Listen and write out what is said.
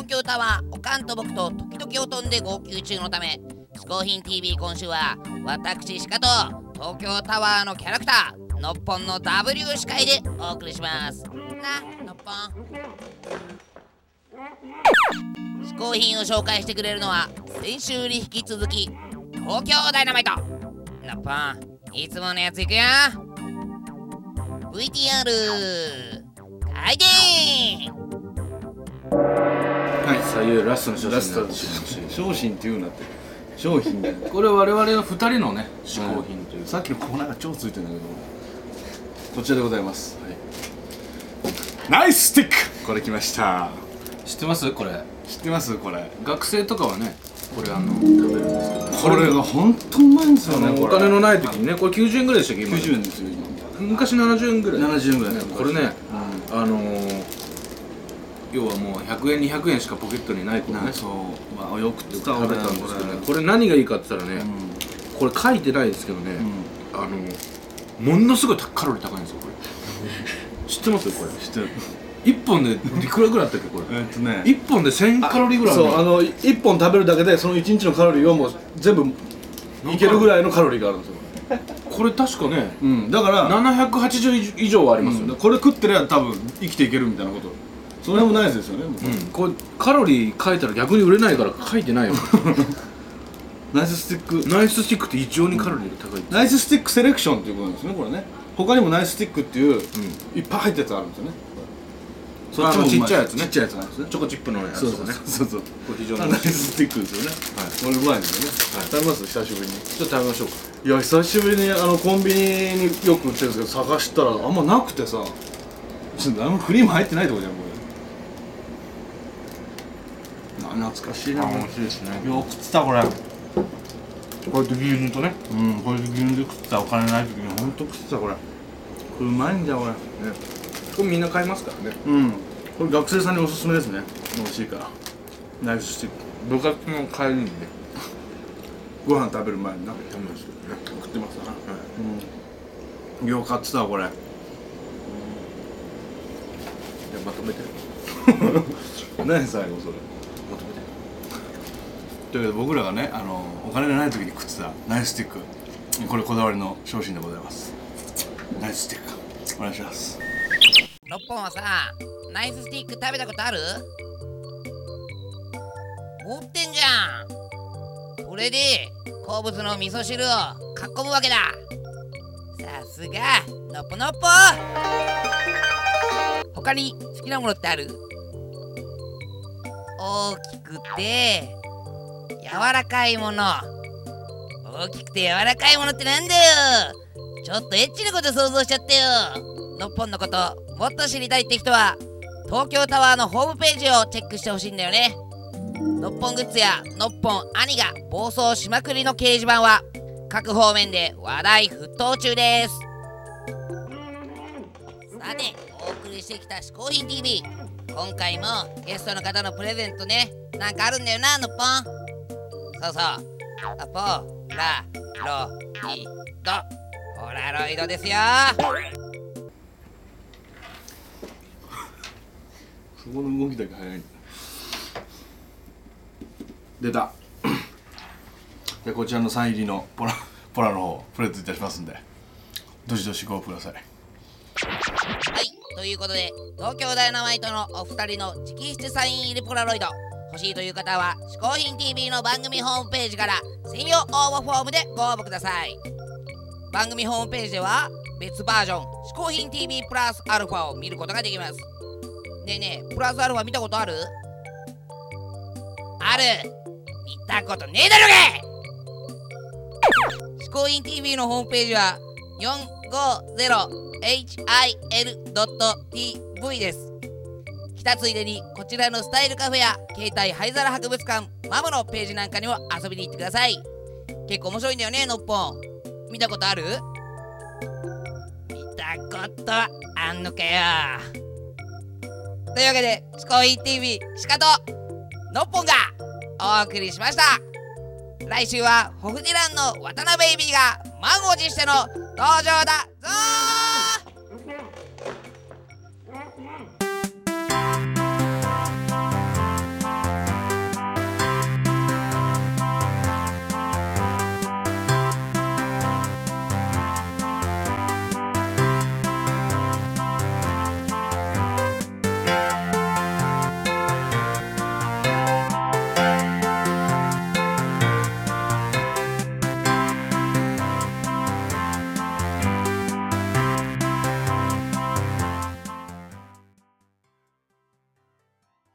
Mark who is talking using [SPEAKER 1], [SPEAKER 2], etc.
[SPEAKER 1] 東京タワーおかんと僕と時々を飛んで号泣中のため、嗜好品 TV 今週は私シカと東京タワーのキャラクターのっぽんの W 司会でお送りしますな。のっぽん、嗜好品を紹介してくれるのは先週に引き続き東京ダイナマイト。のっぽん、いつものやついくよ。 VTR 開店。
[SPEAKER 2] はい、さあいよいよラストの商品
[SPEAKER 3] ラストの商品っていうなって商品だよ。
[SPEAKER 2] これは我々の2人のね嗜好品というか、
[SPEAKER 3] さっきのコーナーが超ついてるんだけど、こちらでございます、はい、ナイススティック。これ来ました。
[SPEAKER 2] 知ってます？これ
[SPEAKER 3] 知ってます？これ
[SPEAKER 2] 学生とかはねこれ食べるんですけど、ね、
[SPEAKER 3] これが本当うまいんですよね。
[SPEAKER 2] お金のない時にね、これ90円ぐらいでしたっけ？今
[SPEAKER 3] 90円ですよ今。
[SPEAKER 2] 昔70円ぐらい。
[SPEAKER 3] 70円ぐらいね。
[SPEAKER 2] これね、要はもう100円200円しかポケットにない頃ね、
[SPEAKER 3] そう、まあ、よく
[SPEAKER 2] 食べたんですけどね、これ何がいいかって言ったらね、これ書いてないですけどね、ものすごいカロリー高いんですよこれ。知ってます？これ知ってる。1本でいくらぐらいあったっけこれ。1本で1000カロリーぐらいある。
[SPEAKER 3] そう、1本食べるだけでその1日のカロリーをもう全部いけるぐらいのカロリーがあるんですよ。
[SPEAKER 2] これ確かね、
[SPEAKER 3] だから
[SPEAKER 2] 780以上はありますよね。
[SPEAKER 3] これ食ってりゃ多分生きていけるみたいなこと。その辺もナイスですよね。
[SPEAKER 2] これカロリー書いたら逆に売れないから書いてないよ。
[SPEAKER 3] ナイススティック。
[SPEAKER 2] ナイススティックって異常にカロリーが高い。
[SPEAKER 3] ナイススティックセレクションっていうことなんですね、これね。他にもナイススティックっていう、いっぱい入ったやつあるんですよね。
[SPEAKER 2] そっちもちっちゃいやつね。
[SPEAKER 3] ちっちゃいやつなんですね。
[SPEAKER 2] チョコチップのやつ
[SPEAKER 3] そう
[SPEAKER 2] とかね。
[SPEAKER 3] そうそう。
[SPEAKER 2] これ非常に
[SPEAKER 3] ナイススティックですよね。これうまいですよね。食べます？久しぶりに。
[SPEAKER 2] ちょっと食べましょうか。
[SPEAKER 3] いや、久しぶりにコンビニによく売ってるんですけど、探したらあんまなくてさ、ちょっとクリーム入ってないとこじゃんこれ。懐かしいな。
[SPEAKER 2] 美味しいですね。
[SPEAKER 3] よく食ってたこれ。
[SPEAKER 2] こうやって牛乳とね。
[SPEAKER 3] これで牛乳で食ってた。お金ない時にほんと食ってたこれ。これうまいんだよこれ。
[SPEAKER 2] これみんな買いますからね。
[SPEAKER 3] これ学生さんにおすすめですね。美味しいから。ナイススティック。
[SPEAKER 2] 部活の帰りにね。
[SPEAKER 3] ご飯食べる前にな。
[SPEAKER 2] 食べますよね。
[SPEAKER 3] 食ってますな。よう買ってたわこれ。
[SPEAKER 2] じゃあまとめて。
[SPEAKER 3] 何最後それ。
[SPEAKER 2] まとめて。
[SPEAKER 3] というわけで僕らがね、お金がない時に食ってたナイススティック、これこだわりの商品でございます。ナイススティックお願いします。
[SPEAKER 1] のっぽんはさ、ナイススティック食べたことある？持ってんじゃん。これで好物の味噌汁をかっこむわけだ。さすがのっぽのっぽ。他に好きなものってある？大きくて柔らかいもの。大きくて柔らかいものってなんだよ。ちょっとエッチなこと想像しちゃったよ。のっぽんのこともっと知りたいって人は東京タワーのホームページをチェックしてほしいんだよね。のっぽんグッズやのっぽん兄が暴走しまくりの掲示板は各方面で話題沸騰中です。さて、お送りしてきた嗜好品 TV、 今回もゲストの方のプレゼントね、なんかあるんだよな、のっぽん。そうそう、ポラロイド、ポラロイドですよ。
[SPEAKER 3] そこの動きだけ早いんだ。出た。でこちらのサイン入りのポラの方プレゼントいたしますんで、どしどしご応募ください。
[SPEAKER 1] はい、ということで東京ダイナマイトのお二人の直筆サイン入りポラロイド欲しいという方は嗜好品 TV の番組ホームページから専用応募フォームでご応募ください。番組ホームページでは別バージョン嗜好品 TV プラスアルファを見ることができます。ねえねえ、プラスアルファ見たことある？ある。見たことねえだろがい。嗜好品 TV のホームページは 450hil.tv です。来たついでにこちらのスタイルカフェや携帯灰皿博物館マムのページなんかにも遊びに行ってください。結構面白いんだよね、のっぽん。見たことある？見たことあんのかよ。というわけで嗜好品 TV シカとのっぽんがお送りしました。来週はホフディランの渡辺ベイビーが満を持しての登場だぞー。